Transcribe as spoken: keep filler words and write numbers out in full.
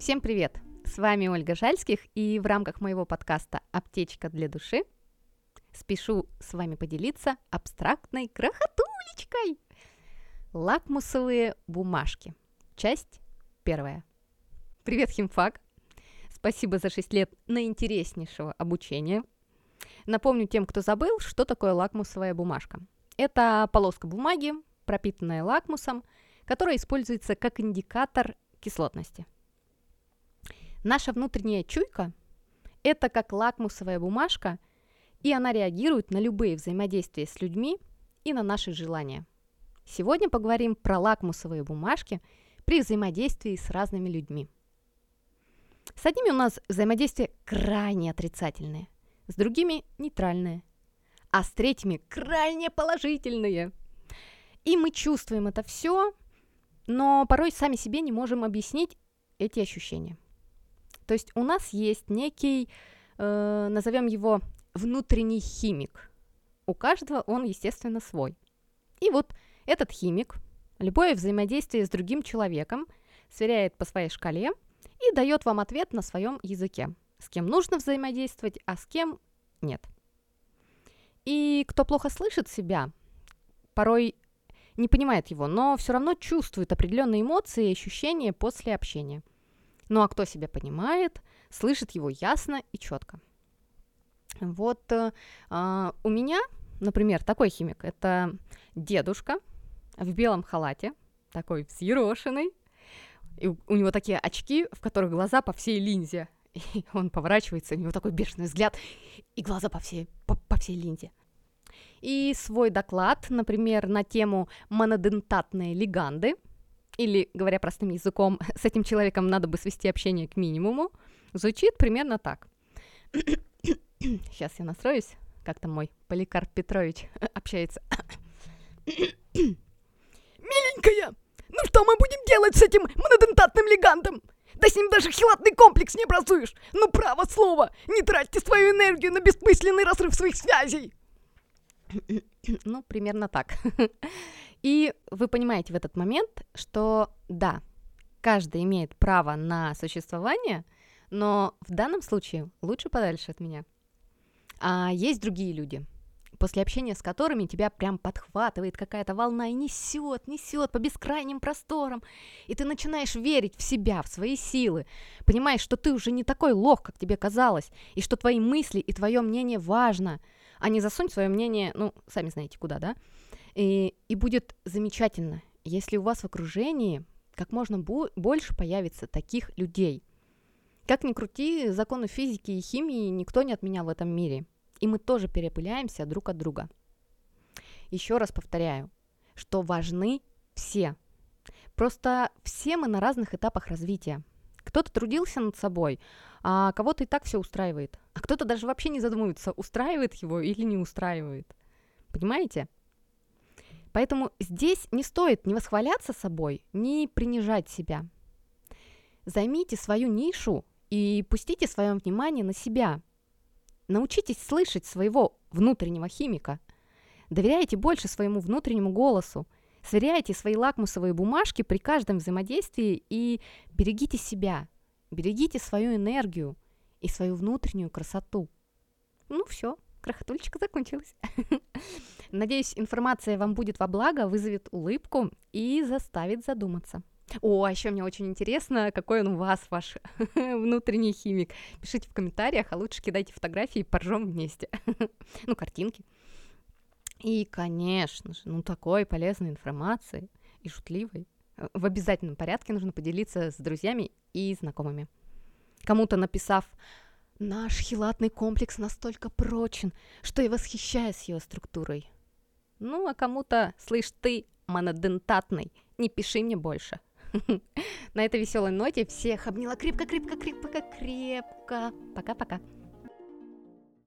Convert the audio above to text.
Всем привет! С вами Ольга Жальских, и в рамках моего подкаста «Аптечка для души» спешу с вами поделиться абстрактной крохотулечкой. Лакмусовые бумажки. Часть первая. Привет, химфак! Спасибо за шесть лет наинтереснейшего обучения. Напомню тем, кто забыл, что такое лакмусовая бумажка. Это полоска бумаги, пропитанная лакмусом, которая используется как индикатор кислотности. Наша внутренняя чуйка – это как лакмусовая бумажка, и она реагирует на любые взаимодействия с людьми и на наши желания. Сегодня поговорим про лакмусовые бумажки при взаимодействии с разными людьми. С одними у нас взаимодействия крайне отрицательные, с другими – нейтральные, а с третьими – крайне положительные. И мы чувствуем это все, но порой сами себе не можем объяснить эти ощущения. То есть у нас есть некий, э, назовем его, внутренний химик. У каждого он, естественно, свой. И вот этот химик любое взаимодействие с другим человеком сверяет по своей шкале и дает вам ответ на своем языке. С кем нужно взаимодействовать, а с кем нет. И кто плохо слышит себя, порой не понимает его, но все равно чувствует определенные эмоции и ощущения после общения. Ну а кто себя понимает, слышит его ясно и четко. Вот э, у меня, например, такой химик. Это дедушка в белом халате, такой взъерошенный. И у, у него такие очки, в которых глаза по всей линзе. И он поворачивается, у него такой бешеный взгляд, и глаза по всей, по, по всей линзе. И свой доклад, например, на тему монодентатные лиганды, или, говоря простым языком, с этим человеком надо бы свести общение к минимуму, звучит примерно так. Сейчас я настроюсь, как там мой Поликарп Петрович общается. Миленькая, ну что мы будем делать с этим монодентатным лигандом? Да с ним даже хилатный комплекс не образуешь. Ну, право слово, не тратьте свою энергию на бессмысленный разрыв своих связей. Ну, примерно так. И вы понимаете в этот момент, что да, каждый имеет право на существование, но в данном случае лучше подальше от меня. А есть другие люди, после общения с которыми тебя прям подхватывает какая-то волна и несет, несет по бескрайним просторам, и ты начинаешь верить в себя, в свои силы, понимаешь, что ты уже не такой лох, как тебе казалось, и что твои мысли и твое мнение важно, а не засунь свое мнение, ну, сами знаете куда, да? И, и будет замечательно, если у вас в окружении как можно бо- больше появится таких людей. Как ни крути, законы физики и химии никто не отменял в этом мире. И мы тоже перепыляемся друг от друга. Еще раз повторяю, что важны все. Просто все мы на разных этапах развития. Кто-то трудился над собой, а кого-то и так все устраивает. А кто-то даже вообще не задумывается, устраивает его или не устраивает. Понимаете? Поэтому здесь не стоит ни восхваляться собой, ни принижать себя. Займите свою нишу и пустите свое внимание на себя. Научитесь слышать своего внутреннего химика. Доверяйте больше своему внутреннему голосу. Сверяйте свои лакмусовые бумажки при каждом взаимодействии и берегите себя. Берегите свою энергию и свою внутреннюю красоту. Ну все, крохотульчика закончилась. Надеюсь, информация вам будет во благо, вызовет улыбку и заставит задуматься. О, а еще мне очень интересно, какой он у вас, ваш внутренний химик. Пишите в комментариях, а лучше кидайте фотографии, поржем вместе. Ну, картинки. И, конечно же, ну, такой полезной информацией и шутливой в обязательном порядке нужно поделиться с друзьями и знакомыми. Кому-то написав: «Наш хилатный комплекс настолько прочен, что я восхищаюсь его структурой». Ну, а кому-то: «Слышь, ты монодентатный, не пиши мне больше». На этой веселой ноте всех обняла крепко-крепко-крепко-крепко. Пока-пока.